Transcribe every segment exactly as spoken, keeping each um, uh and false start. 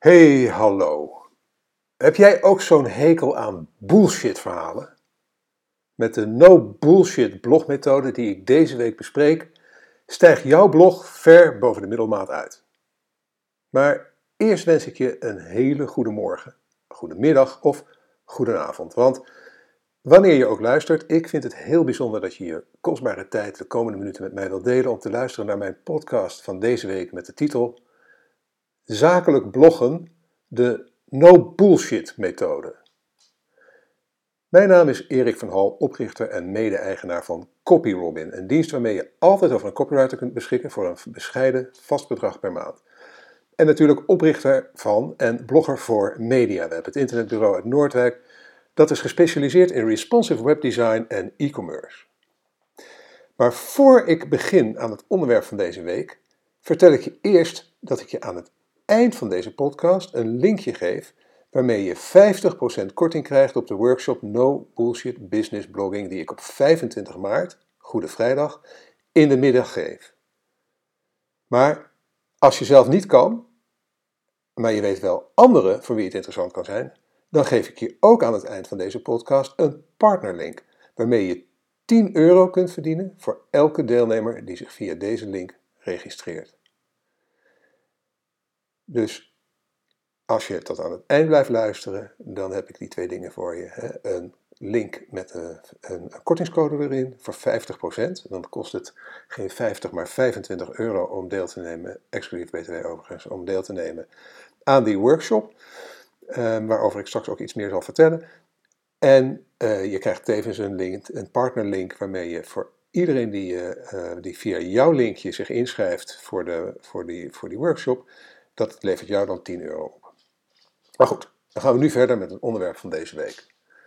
Hey, hallo. Heb jij ook zo'n hekel aan bullshit verhalen? Met de no bullshit blogmethode die ik deze week bespreek, stijgt jouw blog ver boven de middelmaat uit. Maar eerst wens ik je een hele goede morgen, goede middag of goede avond. Want wanneer je ook luistert, ik vind het heel bijzonder dat je je kostbare tijd de komende minuten met mij wilt delen om te luisteren naar mijn podcast van deze week met de titel Zakelijk bloggen, de no bullshit methode. Mijn naam is Erik van Hal, oprichter en mede-eigenaar van CopyRobin, een dienst waarmee je altijd over een copywriter kunt beschikken voor een bescheiden vast bedrag per maand. En natuurlijk oprichter van en blogger voor MediaWeb, het internetbureau uit Noordwijk, dat is gespecialiseerd in responsive webdesign en e-commerce. Maar voor ik begin aan het onderwerp van deze week, vertel ik je eerst dat ik je aan het eind van deze podcast een linkje geef waarmee je vijftig procent korting krijgt op de workshop No Bullshit Business Blogging die ik op vijfentwintig maart, Goede Vrijdag, in de middag geef. Maar als je zelf niet kan, maar je weet wel anderen voor wie het interessant kan zijn, dan geef ik je ook aan het eind van deze podcast een partnerlink waarmee je tien euro kunt verdienen voor elke deelnemer die zich via deze link registreert. Dus als je tot aan het eind blijft luisteren, dan heb ik die twee dingen voor je. Hè. Een link met een, een, een kortingscode erin voor vijftig procent. Dan kost het geen vijftig, maar vijfentwintig euro om deel te nemen, exclusief B T W overigens, om deel te nemen aan die workshop. Uh, waarover ik straks ook iets meer zal vertellen. En uh, je krijgt tevens een, link, een partnerlink waarmee je voor iedereen die, uh, die via jouw linkje zich inschrijft voor, de, voor, die, voor die workshop, dat levert jou dan tien euro op. Maar goed, dan gaan we nu verder met het onderwerp van deze week.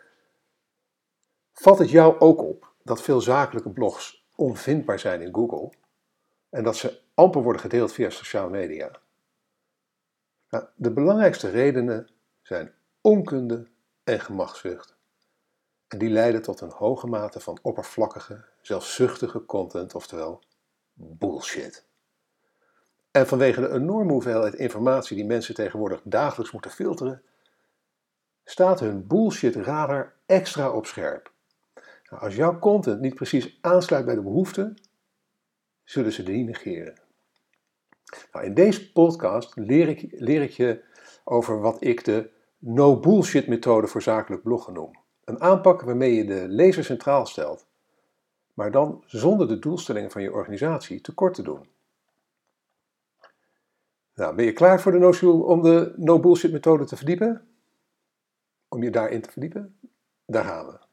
Valt het jou ook op dat veel zakelijke blogs onvindbaar zijn in Google en dat ze amper worden gedeeld via sociale media? Nou, de belangrijkste redenen zijn onkunde en gemakzucht. En die leiden tot een hoge mate van oppervlakkige, zelfzuchtige content, oftewel bullshit. En vanwege de enorme hoeveelheid informatie die mensen tegenwoordig dagelijks moeten filteren, staat hun bullshit radar extra op scherp. Nou, als jouw content niet precies aansluit bij de behoeften, zullen ze die negeren. Nou, in deze podcast leer ik, leer ik je over wat ik de no bullshit methode voor zakelijk bloggen noem. Een aanpak waarmee je de lezer centraal stelt, maar dan zonder de doelstellingen van je organisatie tekort te doen. Nou, ben je klaar voor de notie om de no bullshit methode te verdiepen? Om je daarin te verdiepen? Daar gaan we.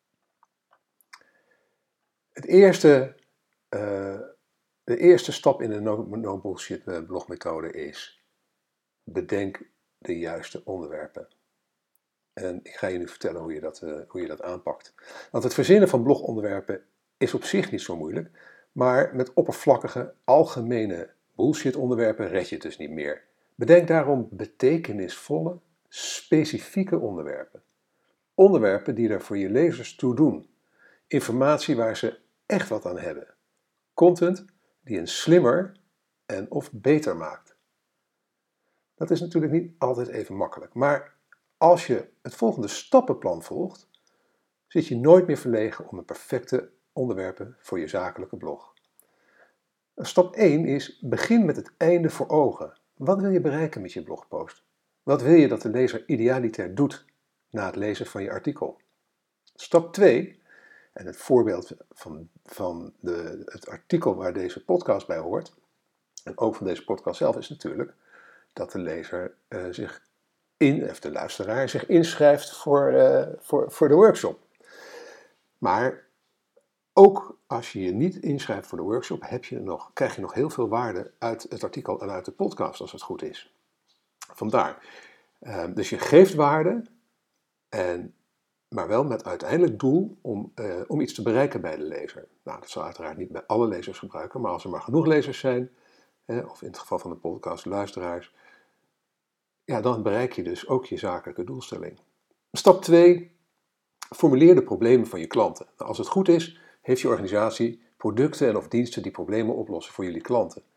Het eerste, uh, de eerste stap in de no, no bullshit blogmethode is: bedenk de juiste onderwerpen. En ik ga je nu vertellen hoe je dat, uh, hoe je dat aanpakt. Want het verzinnen van blogonderwerpen is op zich niet zo moeilijk, maar met oppervlakkige, algemene bullshit onderwerpen red je het dus niet meer. Bedenk daarom betekenisvolle, specifieke onderwerpen. Onderwerpen die er voor je lezers toe doen. Informatie waar ze echt wat aan hebben. Content die hen slimmer en of beter maakt. Dat is natuurlijk niet altijd even makkelijk, maar als je het volgende stappenplan volgt, zit je nooit meer verlegen om een perfecte onderwerpen voor je zakelijke blog. Stap één is: begin met het einde voor ogen. Wat wil je bereiken met je blogpost? Wat wil je dat de lezer idealiter doet na het lezen van je artikel? Stap twee, en het voorbeeld van, van de, het artikel waar deze podcast bij hoort, en ook van deze podcast zelf, is natuurlijk dat de lezer uh, zich in, of de luisteraar zich inschrijft voor, uh, voor, voor de workshop. Maar ook als je je niet inschrijft voor de workshop, heb je nog, krijg je nog heel veel waarde uit het artikel en uit de podcast, als het goed is. Vandaar. Uh, dus je geeft waarde, en, maar wel met uiteindelijk doel om, uh, om iets te bereiken bij de lezer. Nou, dat zal uiteraard niet bij alle lezers gebruiken, maar als er maar genoeg lezers zijn, eh, of in het geval van de podcast luisteraars, ja, dan bereik je dus ook je zakelijke doelstelling. Stap twee. Formuleer de problemen van je klanten. Nou, als het goed is, heeft je organisatie producten en of diensten die problemen oplossen voor jullie klanten.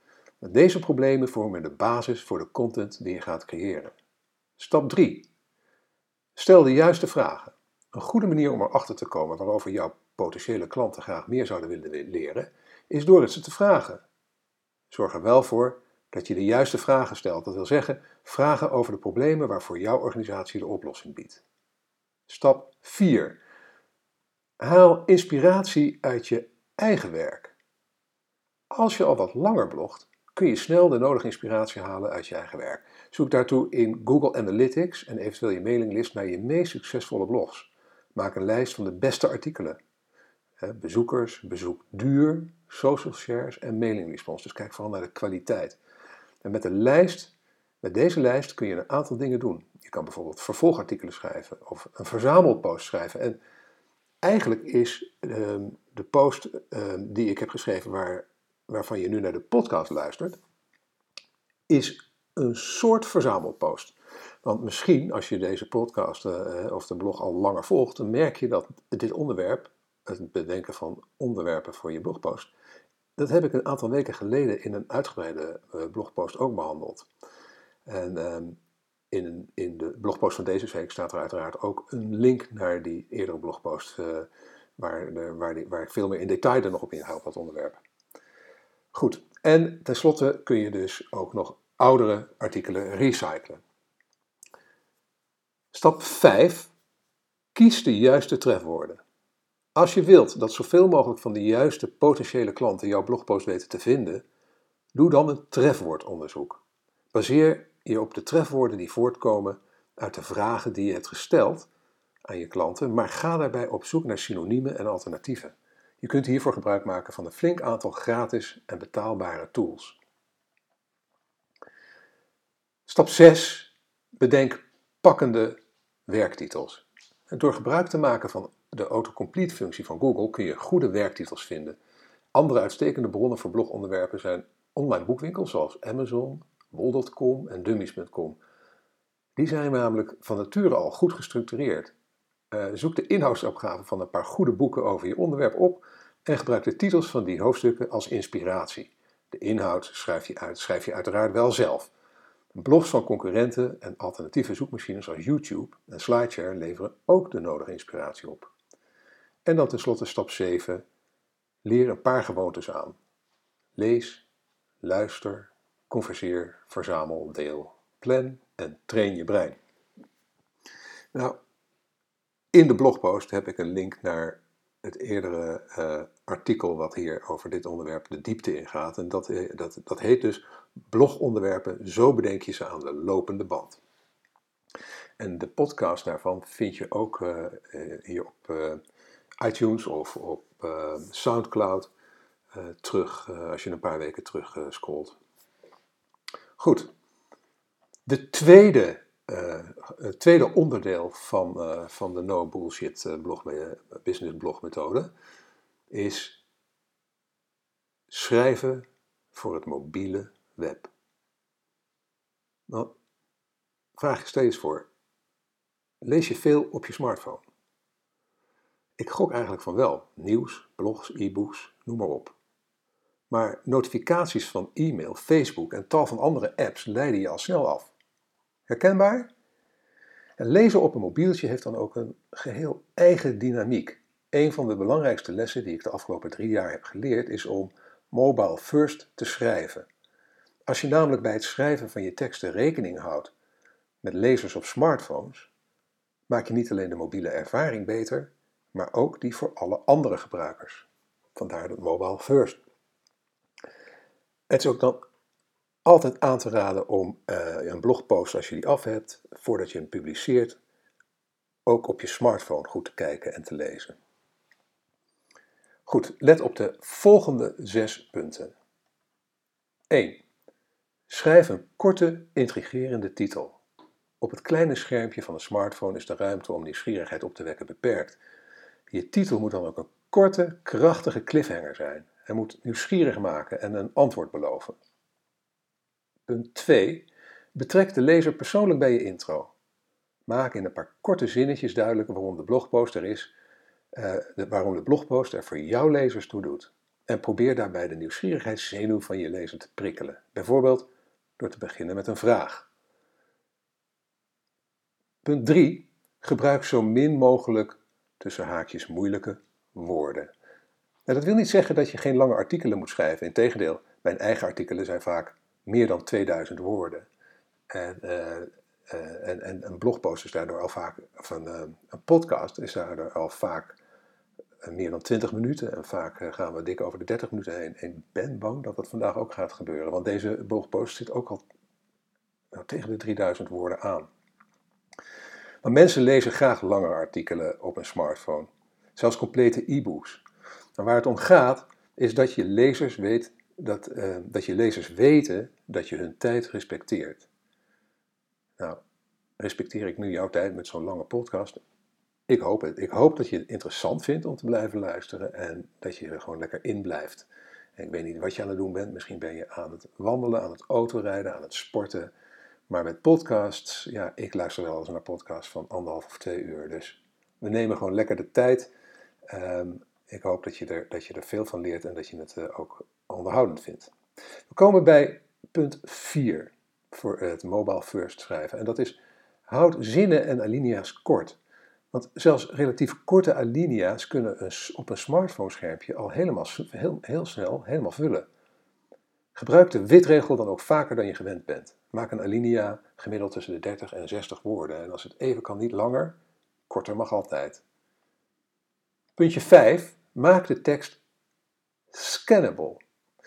Deze problemen vormen de basis voor de content die je gaat creëren. Stap drie. Stel de juiste vragen. Een goede manier om erachter te komen waarover jouw potentiële klanten graag meer zouden willen leren, is door het ze te vragen. Zorg er wel voor dat je de juiste vragen stelt. Dat wil zeggen, vragen over de problemen waarvoor jouw organisatie de oplossing biedt. Stap vier. Haal inspiratie uit je eigen werk. Als je al wat langer blogt, kun je snel de nodige inspiratie halen uit je eigen werk. Zoek daartoe in Google Analytics en eventueel je mailinglist naar je meest succesvolle blogs. Maak een lijst van de beste artikelen. Bezoekers, bezoekduur, social shares en mailing response. Dus kijk vooral naar de kwaliteit. En met, de lijst, met deze lijst kun je een aantal dingen doen. Je kan bijvoorbeeld vervolgartikelen schrijven of een verzamelpost schrijven. En eigenlijk is uh, de post uh, die ik heb geschreven waar, waarvan je nu naar de podcast luistert, is een soort verzamelpost. Want misschien als je deze podcast uh, of de blog al langer volgt, dan merk je dat dit onderwerp, het bedenken van onderwerpen voor je blogpost, dat heb ik een aantal weken geleden in een uitgebreide uh, blogpost ook behandeld. En um, in, in de blogpost van deze week staat er uiteraard ook een link naar die eerdere blogpost, uh, waar, de, waar, die, waar ik veel meer in detail er nog op inga op dat onderwerp. Goed, en tenslotte kun je dus ook nog oudere artikelen recyclen. Stap vijf. Kies de juiste trefwoorden. Als je wilt dat zoveel mogelijk van de juiste potentiële klanten jouw blogpost weten te vinden, doe dan een trefwoordonderzoek. Baseer je op de trefwoorden die voortkomen uit de vragen die je hebt gesteld aan je klanten, maar ga daarbij op zoek naar synoniemen en alternatieven. Je kunt hiervoor gebruik maken van een flink aantal gratis en betaalbare tools. Stap zes. Bedenk pakkende werktitels. Door gebruik te maken van de autocomplete functie van Google kun je goede werktitels vinden. Andere uitstekende bronnen voor blogonderwerpen zijn online boekwinkels zoals Amazon, bol punt com en dummies punt com. Die zijn namelijk van nature al goed gestructureerd. Uh, zoek de inhoudsopgave van een paar goede boeken over je onderwerp op en gebruik de titels van die hoofdstukken als inspiratie. De inhoud schrijf je, uit, schrijf je uiteraard wel zelf. Blogs van concurrenten en alternatieve zoekmachines als YouTube en SlideShare leveren ook de nodige inspiratie op. En dan tenslotte stap zeven. Leer een paar gewoontes aan. Lees, luister, converseer, verzamel, deel, plan en train je brein. Nou, in de blogpost heb ik een link naar het eerdere uh, artikel wat hier over dit onderwerp de diepte ingaat. En dat, dat, dat heet dus blogonderwerpen, zo bedenk je ze aan de lopende band. En de podcast daarvan vind je ook uh, hier op uh, iTunes of op uh, Soundcloud uh, terug, uh, als je een paar weken terug uh, scrolt. Goed, de tweede, uh, het tweede onderdeel van, uh, van de no bullshit uh, blog, uh, business blog methode is schrijven voor het mobiele web. Nou, vraag je steeds voor, lees je veel op je smartphone? Ik gok eigenlijk van wel, nieuws, blogs, e-books, noem maar op. Maar notificaties van e-mail, Facebook en tal van andere apps leiden je al snel af. Herkenbaar? En lezen op een mobieltje heeft dan ook een geheel eigen dynamiek. Een van de belangrijkste lessen die ik de afgelopen drie jaar heb geleerd is om mobile first te schrijven. Als je namelijk bij het schrijven van je teksten rekening houdt met lezers op smartphones, maak je niet alleen de mobiele ervaring beter, maar ook die voor alle andere gebruikers. Vandaar dat mobile first. Het is ook dan altijd aan te raden om uh, een blogpost, als je die af hebt, voordat je hem publiceert, ook op je smartphone goed te kijken en te lezen. Goed, let op de volgende zes punten. één. Schrijf een korte, intrigerende titel. Op het kleine schermpje van een smartphone is de ruimte om nieuwsgierigheid op te wekken beperkt. Je titel moet dan ook een korte, krachtige cliffhanger zijn. Hij moet nieuwsgierig maken en een antwoord beloven. Punt twee. Betrek de lezer persoonlijk bij je intro. Maak in een paar korte zinnetjes duidelijk waarom de blogpost er is, uh, de, waarom de blogpost er voor jouw lezers toe doet. En probeer daarbij de nieuwsgierigheidszenuw van je lezer te prikkelen. Bijvoorbeeld door te beginnen met een vraag. Punt drie. Gebruik zo min mogelijk tussen haakjes moeilijke woorden. Nou, dat wil niet zeggen dat je geen lange artikelen moet schrijven. Integendeel, mijn eigen artikelen zijn vaak meer dan tweeduizend woorden. En, uh, uh, en, en een blogpost is daardoor al vaak, of een, uh, een podcast is daardoor al vaak uh, meer dan twintig minuten. En vaak uh, gaan we dik over de dertig minuten heen. En ik ben bang dat dat vandaag ook gaat gebeuren. Want deze blogpost zit ook al nou, tegen de drieduizend woorden aan. Maar mensen lezen graag langere artikelen op een smartphone. Zelfs complete e-books. En waar het om gaat, is dat je lezers, weet, dat, uh, dat je lezers weten dat je hun tijd respecteert. Nou, respecteer ik nu jouw tijd met zo'n lange podcast? Ik hoop het. Ik hoop dat je het interessant vindt om te blijven luisteren en dat je er gewoon lekker in blijft. En ik weet niet wat je aan het doen bent. Misschien ben je aan het wandelen, aan het autorijden, aan het sporten. Maar met podcasts, ja, ik luister wel eens naar podcasts van anderhalf of twee uur. Dus we nemen gewoon lekker de tijd. Um, ik hoop dat je, er, dat je er veel van leert en dat je het uh, ook onderhoudend vindt. We komen bij punt vier voor het mobile first schrijven. En dat is, houd zinnen en alinea's kort. Want zelfs relatief korte alinea's kunnen een, op een smartphone schermpje al helemaal, heel, heel snel helemaal vullen. Gebruik de witregel dan ook vaker dan je gewend bent. Maak een alinea gemiddeld tussen de dertig en zestig woorden. En als het even kan, niet langer, korter mag altijd. Puntje vijf. Maak de tekst scannable.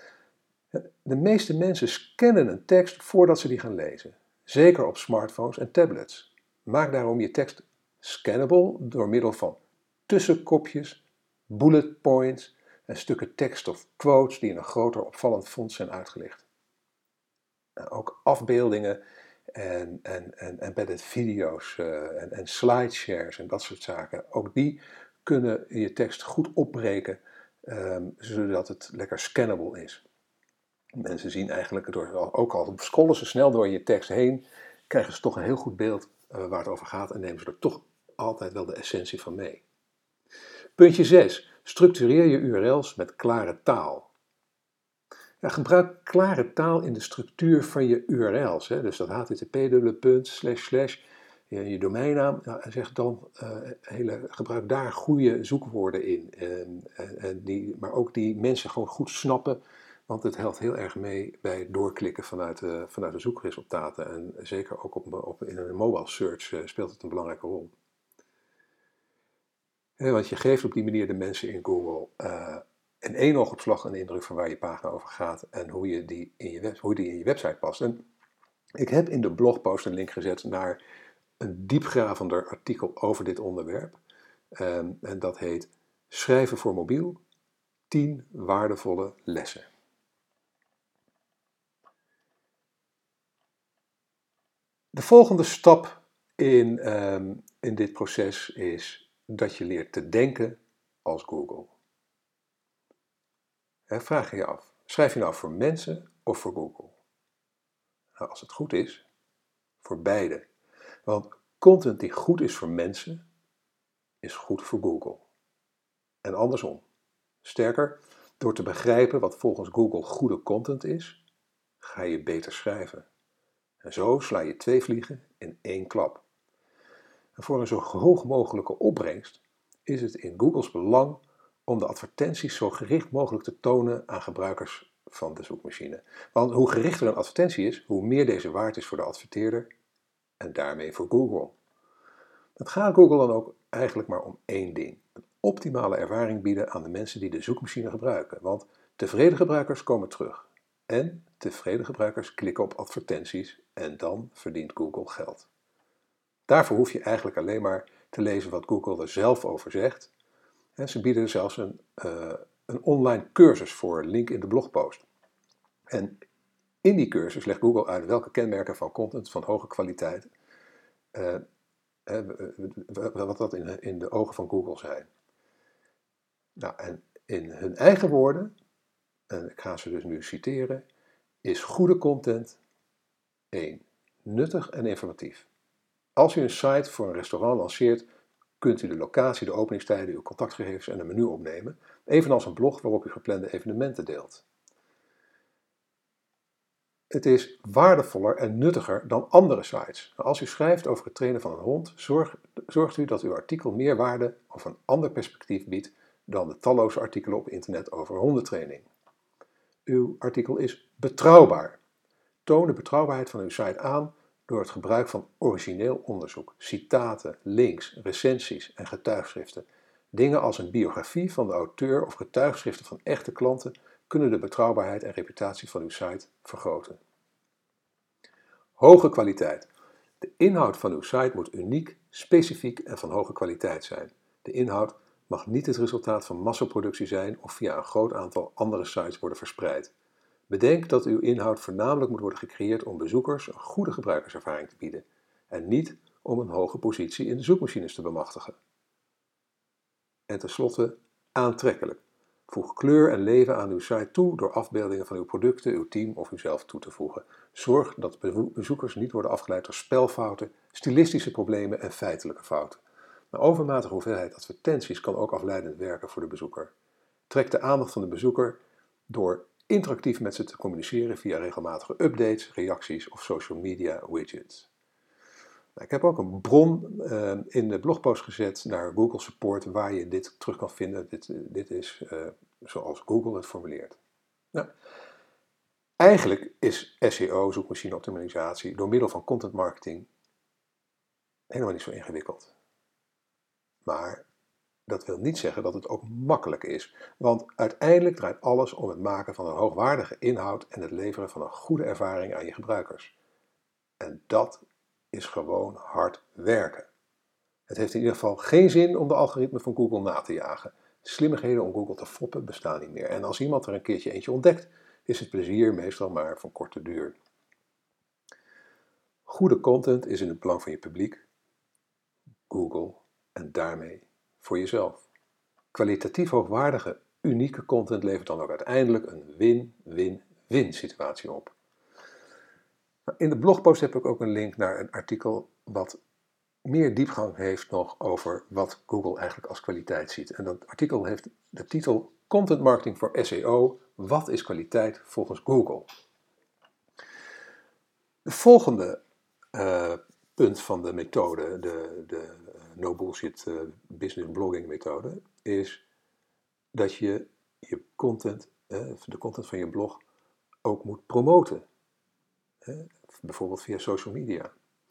De meeste mensen scannen een tekst voordat ze die gaan lezen. Zeker op smartphones en tablets. Maak daarom je tekst scannable door middel van tussenkopjes, bullet points en stukken tekst of quotes die in een groter opvallend font zijn uitgelicht. Nou, ook afbeeldingen en, en, en embedded video's uh, en, en slideshares en dat soort zaken. Ook die kunnen je tekst goed opbreken, um, zodat het lekker scannable is. Mensen zien eigenlijk, door, ook al scrollen ze snel door je tekst heen, krijgen ze toch een heel goed beeld uh, waar het over gaat en nemen ze er toch altijd wel de essentie van mee. Puntje zes. Structureer je U R L's met klare taal. Ja, gebruik klare taal in de structuur van je U R L's. Hè. Dus dat H T T P dubbele punt slash slash je, je domeinnaam. Ja, zeg dan, uh, hele, gebruik daar goede zoekwoorden in. En, en, en die, maar ook die mensen gewoon goed snappen. Want het helpt heel erg mee bij het doorklikken vanuit de, vanuit de zoekresultaten. En zeker ook op, op, in een mobile search uh, speelt het een belangrijke rol. He, want je geeft op die manier de mensen in Google uh, in één oogopslag een indruk van waar je pagina over gaat en hoe je die in je, web, hoe die in je website past. En ik heb in de blogpost een link gezet naar een diepgravender artikel over dit onderwerp. Um, en dat heet Schrijven voor mobiel, tien waardevolle lessen. De volgende stap in, um, in dit proces is dat je leert te denken als Google. He, vraag je je af, schrijf je nou voor mensen of voor Google? Nou, als het goed is, voor beide. Want content die goed is voor mensen, is goed voor Google. En andersom. Sterker, door te begrijpen wat volgens Google goede content is, ga je beter schrijven. En zo sla je twee vliegen in één klap. En voor een zo hoog mogelijke opbrengst is het in Googles belang om de advertenties zo gericht mogelijk te tonen aan gebruikers van de zoekmachine. Want hoe gerichter een advertentie is, hoe meer deze waard is voor de adverteerder en daarmee voor Google. Het gaat Google dan ook eigenlijk maar om één ding. Een optimale ervaring bieden aan de mensen die de zoekmachine gebruiken. Want tevreden gebruikers komen terug. En tevreden gebruikers klikken op advertenties en dan verdient Google geld. Daarvoor hoef je eigenlijk alleen maar te lezen wat Google er zelf over zegt. En ze bieden zelfs een, uh, een online cursus voor, link in de blogpost. En in die cursus legt Google uit welke kenmerken van content van hoge kwaliteit, uh, uh, wat dat in, in de ogen van Google zijn. Nou, en in hun eigen woorden, en ik ga ze dus nu citeren, is goede content één. Nuttig en informatief. Als u een site voor een restaurant lanceert, kunt u de locatie, de openingstijden, uw contactgegevens en een menu opnemen, evenals een blog waarop u geplande evenementen deelt. Het is waardevoller en nuttiger dan andere sites. Als u schrijft over het trainen van een hond, zorg, zorgt u dat uw artikel meer waarde of een ander perspectief biedt dan de talloze artikelen op internet over hondentraining. Uw artikel is betrouwbaar. Toon de betrouwbaarheid van uw site aan door het gebruik van origineel onderzoek, citaten, links, recensies en getuigschriften. Dingen als een biografie van de auteur of getuigschriften van echte klanten kunnen de betrouwbaarheid en reputatie van uw site vergroten. Hoge kwaliteit. De inhoud van uw site moet uniek, specifiek en van hoge kwaliteit zijn. De inhoud mag niet het resultaat van massaproductie zijn of via een groot aantal andere sites worden verspreid. Bedenk dat uw inhoud voornamelijk moet worden gecreëerd om bezoekers een goede gebruikerservaring te bieden en niet om een hoge positie in de zoekmachines te bemachtigen. En tenslotte aantrekkelijk. Voeg kleur en leven aan uw site toe door afbeeldingen van uw producten, uw team of uzelf toe te voegen. Zorg dat bezoekers niet worden afgeleid door spelfouten, stilistische problemen en feitelijke fouten. Een overmatige hoeveelheid advertenties kan ook afleidend werken voor de bezoeker. Trek de aandacht van de bezoeker door interactief met ze te communiceren via regelmatige updates, reacties of social media widgets. Nou, ik heb ook een bron uh, in de blogpost gezet naar Google Support waar je dit terug kan vinden. Dit, dit is uh, zoals Google het formuleert. Nou, eigenlijk is S E O, zoekmachine-optimalisatie, door middel van content marketing helemaal niet zo ingewikkeld. Maar dat wil niet zeggen dat het ook makkelijk is, want uiteindelijk draait alles om het maken van een hoogwaardige inhoud en het leveren van een goede ervaring aan je gebruikers. En dat is gewoon hard werken. Het heeft in ieder geval geen zin om de algoritme van Google na te jagen. Slimmigheden om Google te foppen bestaan niet meer. En als iemand er een keertje eentje ontdekt, is het plezier meestal maar van korte duur. Goede content is in het belang van je publiek, Google en daarmee voor jezelf. Kwalitatief hoogwaardige, unieke content levert dan ook uiteindelijk een win-win-win situatie op. In de blogpost heb ik ook een link naar een artikel wat meer diepgang heeft nog over wat Google eigenlijk als kwaliteit ziet. En dat artikel heeft de titel Content Marketing voor S E O. Wat is kwaliteit volgens Google? De volgende uh, punt van de methode, de, de no bullshit uh, business blogging methode, is dat je je content, uh, de content van je blog ook moet promoten. Uh, bijvoorbeeld via social media.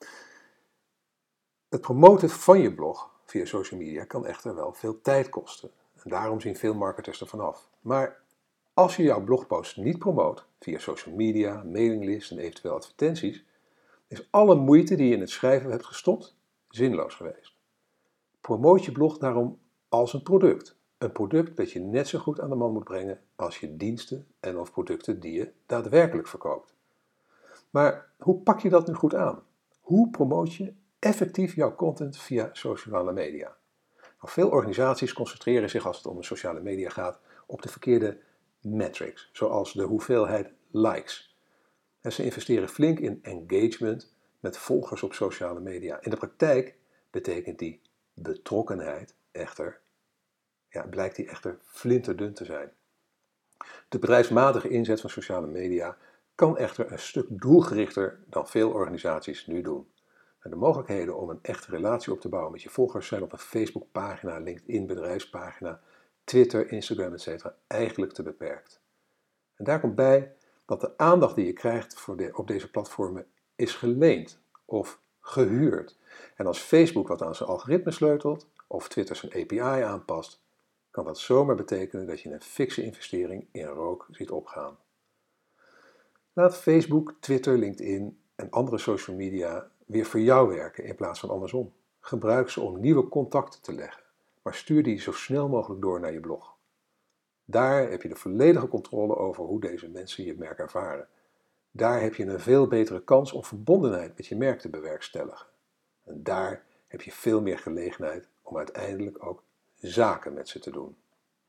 Het promoten van je blog via social media kan echter wel veel tijd kosten. En daarom zien veel marketers ervan af. Maar als je jouw blogpost niet promoot via social media, mailinglist en eventueel advertenties, is alle moeite die je in het schrijven hebt gestopt zinloos geweest. Promoot je blog daarom als een product. Een product dat je net zo goed aan de man moet brengen als je diensten en of producten die je daadwerkelijk verkoopt. Maar hoe pak je dat nu goed aan? Hoe promoot je effectief jouw content via sociale media? Nou, veel organisaties concentreren zich als het om de sociale media gaat op de verkeerde metrics, zoals de hoeveelheid likes. En ze investeren flink in engagement met volgers op sociale media. In de praktijk betekent die betrokkenheid echter, ja, blijkt die echter flinterdun te zijn. De bedrijfsmatige inzet van sociale media kan echter een stuk doelgerichter dan veel organisaties nu doen. En de mogelijkheden om een echte relatie op te bouwen met je volgers zijn op een Facebookpagina, LinkedIn bedrijfspagina, Twitter, Instagram et cetera eigenlijk te beperkt. En daar komt bij dat de aandacht die je krijgt voor de, op deze platformen is geleend of gehuurd. En als Facebook wat aan zijn algoritme sleutelt of Twitter zijn A P I aanpast, kan dat zomaar betekenen dat je een fikse investering in rook ziet opgaan. Laat Facebook, Twitter, LinkedIn en andere social media weer voor jou werken in plaats van andersom. Gebruik ze om nieuwe contacten te leggen, maar stuur die zo snel mogelijk door naar je blog. Daar heb je de volledige controle over hoe deze mensen je merk ervaren. Daar heb je een veel betere kans om verbondenheid met je merk te bewerkstelligen. En daar heb je veel meer gelegenheid om uiteindelijk ook zaken met ze te doen.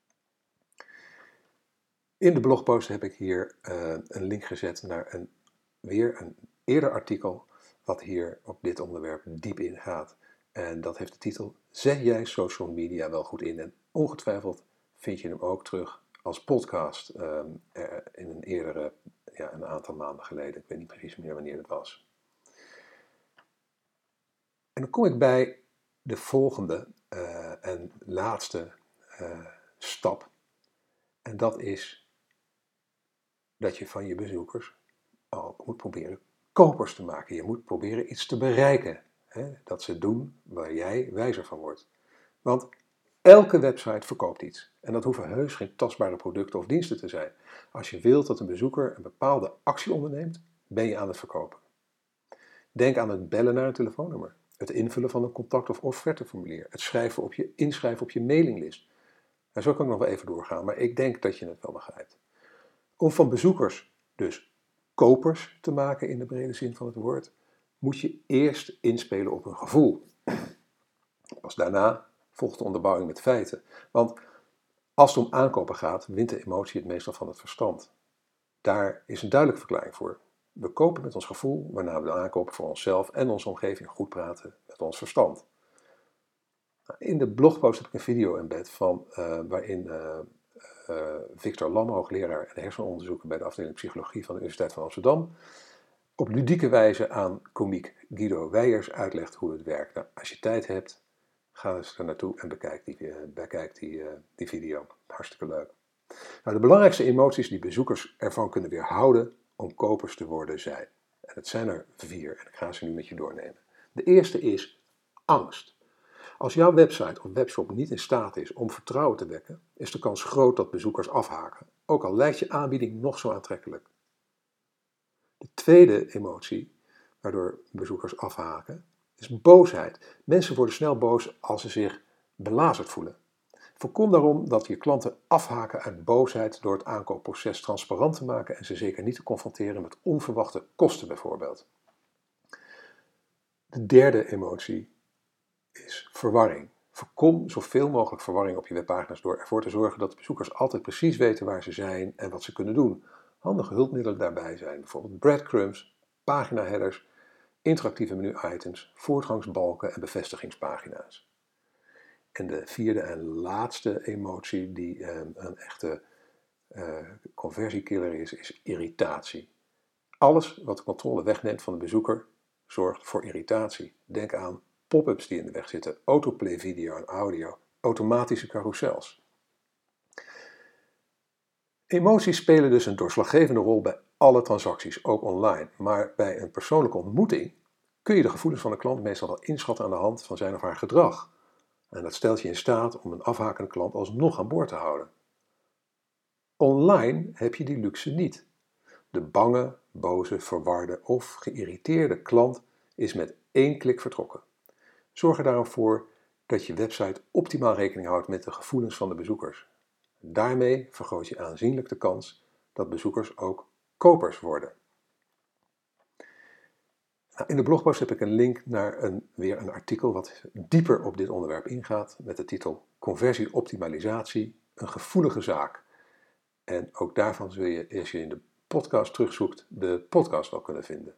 In de blogpost heb ik hier uh, een link gezet naar een, weer een eerder artikel wat hier op dit onderwerp diep ingaat. En dat heeft de titel Zet jij social media wel goed in? En ongetwijfeld vind je hem ook terug als podcast um, in een eerdere, ja, een aantal maanden geleden. Ik weet niet precies meer wanneer het was. En dan kom ik bij de volgende uh, en laatste uh, stap. En dat is dat je van je bezoekers al moet proberen kopers te maken. Je moet proberen iets te bereiken. Hè? Dat ze doen waar jij wijzer van wordt. Want elke website verkoopt iets. En dat hoeven heus geen tastbare producten of diensten te zijn. Als je wilt dat een bezoeker een bepaalde actie onderneemt, ben je aan het verkopen. Denk aan het bellen naar een telefoonnummer. Het invullen van een contact- of offerteformulier. Het schrijven op je, inschrijven op je mailinglist. En zo kan ik nog wel even doorgaan, maar ik denk dat je het wel begrijpt. Om van bezoekers dus kopers te maken in de brede zin van het woord, moet je eerst inspelen op een gevoel. Pas daarna volgt de onderbouwing met feiten. Want als het om aankopen gaat, wint de emotie het meestal van het verstand. Daar is een duidelijke verklaring voor. We kopen met ons gevoel, waarna we de aankoop voor onszelf en onze omgeving goed praten met ons verstand. In de blogpost heb ik een video embed van, uh, waarin uh, uh, Victor Lam, hoogleraar en hersenonderzoeker bij de afdeling psychologie van de Universiteit van Amsterdam, op ludieke wijze aan komiek Guido Weijers uitlegt hoe het werkt. Nou, als je tijd hebt, ga eens er naartoe en bekijk die, uh, bekijk die, uh, die video. Hartstikke leuk. Nou, de belangrijkste emoties die bezoekers ervan kunnen weerhouden om kopers te worden zijn. En het zijn er vier en ik ga ze nu met je doornemen. De eerste is angst. Als jouw website of webshop niet in staat is om vertrouwen te wekken, is de kans groot dat bezoekers afhaken, ook al lijkt je aanbieding nog zo aantrekkelijk. De tweede emotie waardoor bezoekers afhaken is boosheid. Mensen worden snel boos als ze zich belazerd voelen. Voorkom daarom dat je klanten afhaken uit boosheid door het aankoopproces transparant te maken en ze zeker niet te confronteren met onverwachte kosten bijvoorbeeld. De derde emotie is verwarring. Voorkom zoveel mogelijk verwarring op je webpagina's door ervoor te zorgen dat bezoekers altijd precies weten waar ze zijn en wat ze kunnen doen. Handige hulpmiddelen daarbij zijn bijvoorbeeld breadcrumbs, pagina-headers, interactieve menu-items, voortgangsbalken en bevestigingspagina's. En de vierde en laatste emotie die eh, een echte uh, conversiekiller is, is irritatie. Alles wat de controle wegneemt van de bezoeker zorgt voor irritatie. Denk aan pop-ups die in de weg zitten, autoplay video en audio, automatische carousels. Emoties spelen dus een doorslaggevende rol bij alle transacties, ook online. Maar bij een persoonlijke ontmoeting kun je de gevoelens van de klant meestal wel inschatten aan de hand van zijn of haar gedrag. En dat stelt je in staat om een afhakende klant alsnog aan boord te houden. Online heb je die luxe niet. De bange, boze, verwarde of geïrriteerde klant is met één klik vertrokken. Zorg er daarom voor dat je website optimaal rekening houdt met de gevoelens van de bezoekers. Daarmee vergroot je aanzienlijk de kans dat bezoekers ook kopers worden. Nou, in de blogpost heb ik een link naar een, weer een artikel wat dieper op dit onderwerp ingaat met de titel Conversieoptimalisatie, een gevoelige zaak. En ook daarvan zul je, als je in de podcast terugzoekt, de podcast wel kunnen vinden.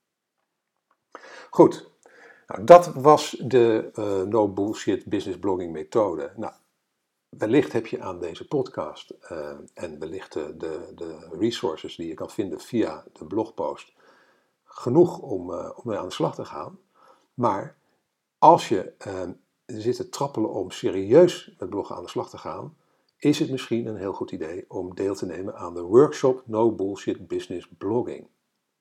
Goed, nou, dat was de uh, no bullshit business blogging methode. Nou, wellicht heb je aan deze podcast uh, en wellicht de, de, de resources die je kan vinden via de blogpost genoeg om, uh, om mee aan de slag te gaan. Maar als je uh, zit te trappelen om serieus met bloggen aan de slag te gaan, is het misschien een heel goed idee om deel te nemen aan de workshop No Bullshit Business Blogging.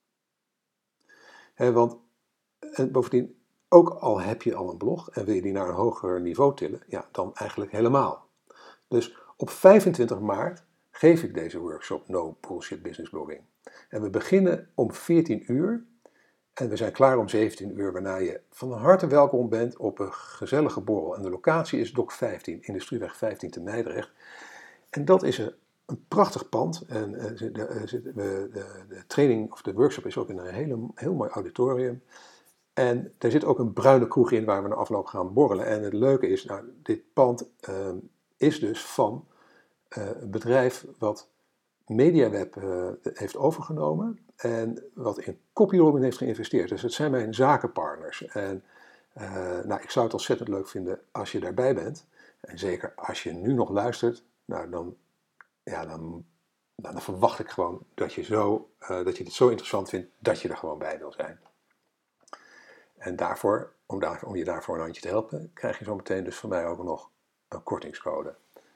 He, want en bovendien, ook al heb je al een blog en wil je die naar een hoger niveau tillen, ja, dan eigenlijk helemaal. Dus op vijfentwintig maart geef ik deze workshop No Bullshit Business Blogging. En we beginnen om veertien uur en we zijn klaar om zeventien uur, waarna je van harte welkom bent op een gezellige borrel. En de locatie is Dok vijftien, Industrieweg vijftien te Meidrecht. En dat is een, een prachtig pand. En uh, de, de, de, de training of de workshop is ook in een hele, heel mooi auditorium. En er zit ook een bruine kroeg in waar we na afloop gaan borrelen. En het leuke is, nou, dit pand uh, is dus van uh, een bedrijf wat MediaWeb uh, heeft overgenomen en wat in copywriting heeft geïnvesteerd. Dus het zijn mijn zakenpartners. En Uh, nou, ik zou het ontzettend leuk vinden als je daarbij bent. En zeker als je nu nog luistert, nou, dan, ja, dan, nou, dan verwacht ik gewoon dat je, zo, uh, dat je dit zo interessant vindt dat je er gewoon bij wil zijn. En daarvoor, om, daar, om je daarvoor een handje te helpen, krijg je zo meteen dus van mij ook nog een kortingscode.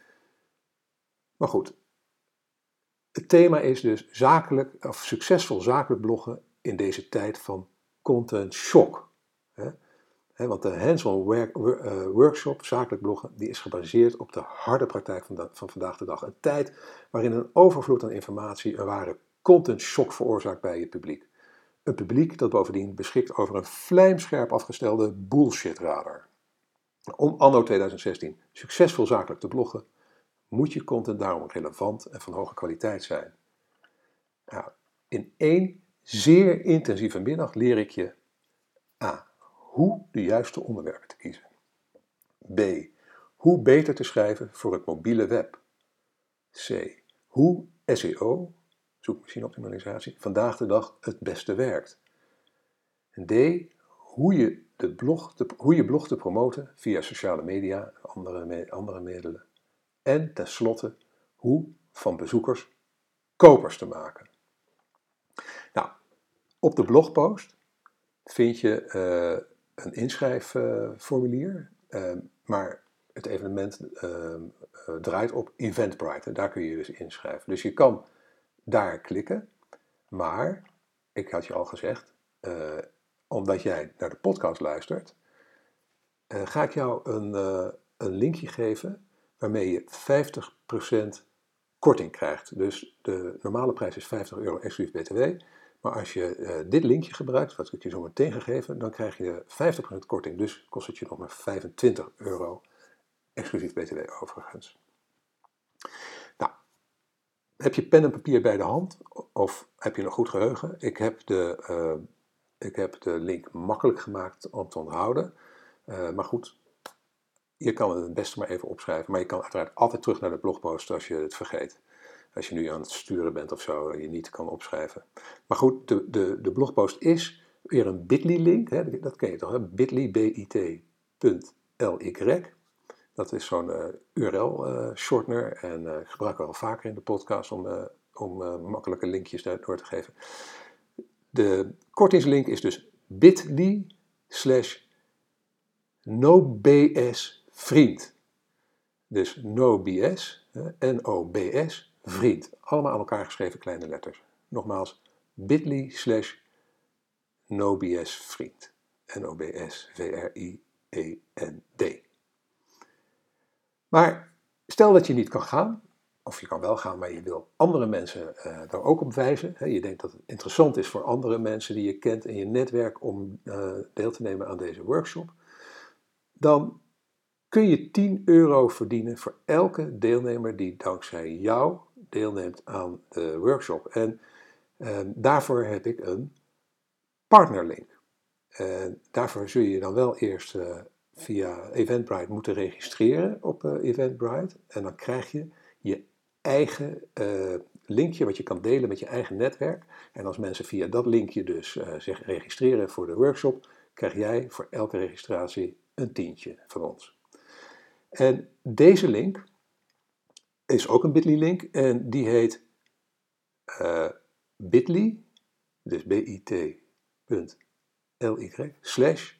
Maar goed, het thema is dus zakelijk, of succesvol zakelijk bloggen in deze tijd van content shock. Hè? He, want de hands-on work, uh, workshop, zakelijk bloggen, die is gebaseerd op de harde praktijk van, de, van vandaag de dag. Een tijd waarin een overvloed aan informatie een ware content shock veroorzaakt bij het publiek. Een publiek dat bovendien beschikt over een vlijmscherp afgestelde bullshit-radar. Om anno twintig zestien succesvol zakelijk te bloggen, moet je content daarom relevant en van hoge kwaliteit zijn. Nou, in één zeer intensieve middag leer ik je A. Hoe de juiste onderwerpen te kiezen. B. Hoe beter te schrijven voor het mobiele web. C. Hoe S E O, zoekmachineoptimalisatie, vandaag de dag het beste werkt. En D. Hoe je, de blog te, hoe je blog te promoten via sociale media en andere, andere middelen. En tenslotte, hoe van bezoekers kopers te maken. Nou, op de blogpost vind je uh, een inschrijfformulier, uh, uh, maar het evenement uh, uh, draait op Eventbrite. Daar kun je dus inschrijven. Dus je kan daar klikken, maar ik had je al gezegd, uh, omdat jij naar de podcast luistert, uh, ga ik jou een, uh, een linkje geven waarmee je vijftig procent korting krijgt. Dus de normale prijs is vijftig euro exclusief B T W. Maar als je uh, dit linkje gebruikt, wat ik je zo meteen gegeven, dan krijg je vijftig procent korting. Dus kost het je nog maar vijfentwintig euro exclusief B T W overigens. Nou, heb je pen en papier bij de hand of heb je een goed geheugen? Ik heb de, uh, ik heb de link makkelijk gemaakt om te onthouden. Uh, maar goed, je kan het het beste maar even opschrijven. Maar je kan uiteraard altijd terug naar de blogpost als je het vergeet. Als je nu aan het sturen bent of zo, je niet kan opschrijven. Maar goed, de, de, de blogpost is weer een bit.ly link. Hè, dat ken je toch, hè? bit.ly, bit.ly. Dat is zo'n uh, U R L-shortener. Uh, en uh, ik gebruik het al vaker in de podcast om, uh, om uh, makkelijke linkjes door te geven. De kortingslink is dus bit.ly slash nobsvriend. Dus nobs, N O B S, vriend. Allemaal aan elkaar geschreven kleine letters. Nogmaals, bit.ly slash nobsvriend. N O B S V R I E N D. Maar stel dat je niet kan gaan, of je kan wel gaan, maar je wil andere mensen uh, daar ook op wijzen. Hè, je denkt dat het interessant is voor andere mensen die je kent in je netwerk om uh, deel te nemen aan deze workshop. Dan kun je tien euro verdienen voor elke deelnemer die dankzij jou deelneemt aan de workshop. En uh, daarvoor heb ik een partnerlink. En daarvoor zul je dan wel eerst uh, via Eventbrite moeten registreren op uh, Eventbrite. En dan krijg je je eigen uh, linkje wat je kan delen met je eigen netwerk. En als mensen via dat linkje dus uh, zich registreren voor de workshop, krijg jij voor elke registratie een tientje van ons. En deze link is ook een bit.ly link en die heet uh, bit.ly, dus bit.ly slash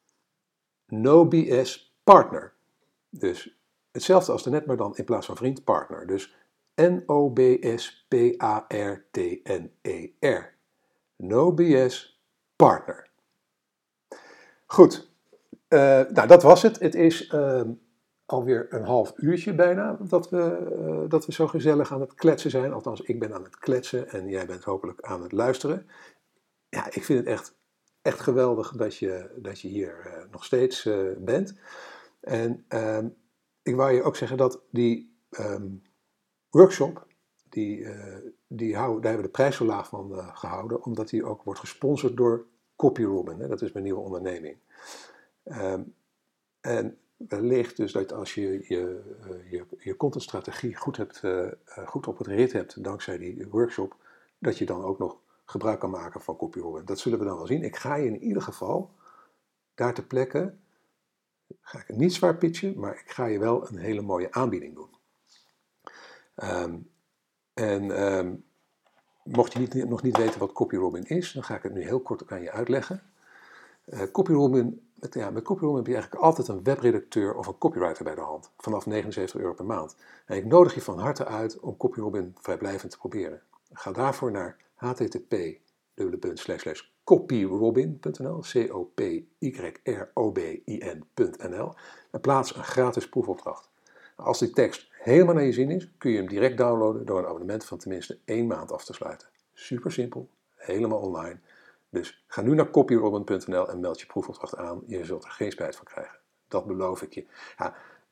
nobspartner. Dus hetzelfde als daarnet, maar dan in plaats van vriend, partner. Dus N O B S P A R T N E R. Nobs partner. Goed, uh, nou dat was het. Het is uh, alweer een half uurtje bijna dat we, uh, dat we zo gezellig aan het kletsen zijn. Althans, ik ben aan het kletsen en jij bent hopelijk aan het luisteren. Ja, ik vind het echt, echt geweldig dat je, dat je hier uh, nog steeds uh, bent. En uh, ik wou je ook zeggen dat die um, workshop, die, uh, die hou, daar hebben we de prijs zo laag van uh, gehouden, omdat die ook wordt gesponsord door CopyRobin. Hè? Dat is mijn nieuwe onderneming. Um, en wellicht dus dat als je je, je, je contentstrategie goed, hebt, uh, goed op het rit hebt, dankzij die workshop, dat je dan ook nog gebruik kan maken van CopyRobin. Dat zullen we dan wel zien. Ik ga je in ieder geval daar ter plekke ga ik het niet zwaar pitchen, maar ik ga je wel een hele mooie aanbieding doen. Um, en um, mocht je niet, nog niet weten wat CopyRobin is, dan ga ik het nu heel kort aan je uitleggen. Uh, CopyRobin, met, ja, met CopyRobin heb je eigenlijk altijd een webredacteur of een copywriter bij de hand, vanaf negenenzeventig euro per maand. En ik nodig je van harte uit om CopyRobin vrijblijvend te proberen. Ga daarvoor naar h t t p slash slash copyrobin punt n l, c o p y r o b i n punt n l, en plaats een gratis proefopdracht. Als die tekst helemaal naar je zin is, kun je hem direct downloaden door een abonnement van tenminste één maand af te sluiten. Super simpel, helemaal online. Dus ga nu naar copyrobin punt n l en meld je proefopdracht aan. Je zult er geen spijt van krijgen. Dat beloof ik je. Ja,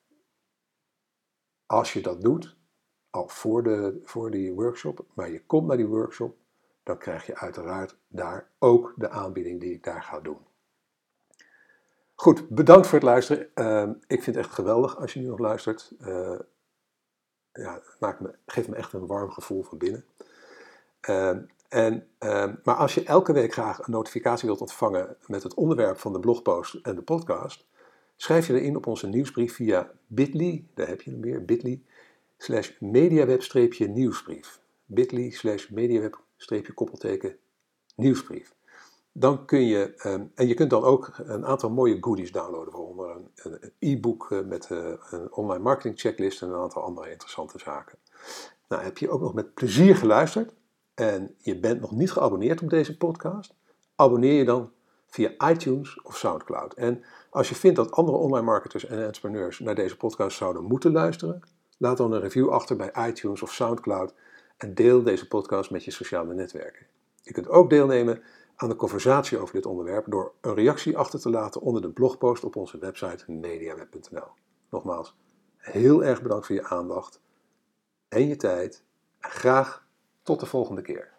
als je dat doet, al voor, de, voor die workshop, maar je komt naar die workshop, dan krijg je uiteraard daar ook de aanbieding die ik daar ga doen. Goed, bedankt voor het luisteren. Uh, ik vind het echt geweldig als je nu nog luistert. Uh, ja, het maakt me, geeft me echt een warm gevoel van binnen. Uh, en, uh, maar als je elke week graag een notificatie wilt ontvangen met het onderwerp van de blogpost en de podcast, schrijf je erin op onze nieuwsbrief via bit.ly, daar heb je hem weer, bit.ly, slash mediaweb-nieuwsbrief. bit.ly slash mediaweb-koppelteken nieuwsbrief. Dan kun je, um, en je kunt dan ook een aantal mooie goodies downloaden, waaronder een, een e-book met uh, een online marketing checklist en een aantal andere interessante zaken. Nou, heb je ook nog met plezier geluisterd en je bent nog niet geabonneerd op deze podcast? Abonneer je dan via iTunes of Soundcloud. En als je vindt dat andere online marketers en entrepreneurs naar deze podcast zouden moeten luisteren, laat dan een review achter bij iTunes of Soundcloud en deel deze podcast met je sociale netwerken. Je kunt ook deelnemen aan de conversatie over dit onderwerp door een reactie achter te laten onder de blogpost op onze website mediaweb punt n l. Nogmaals, heel erg bedankt voor je aandacht en je tijd en graag tot de volgende keer.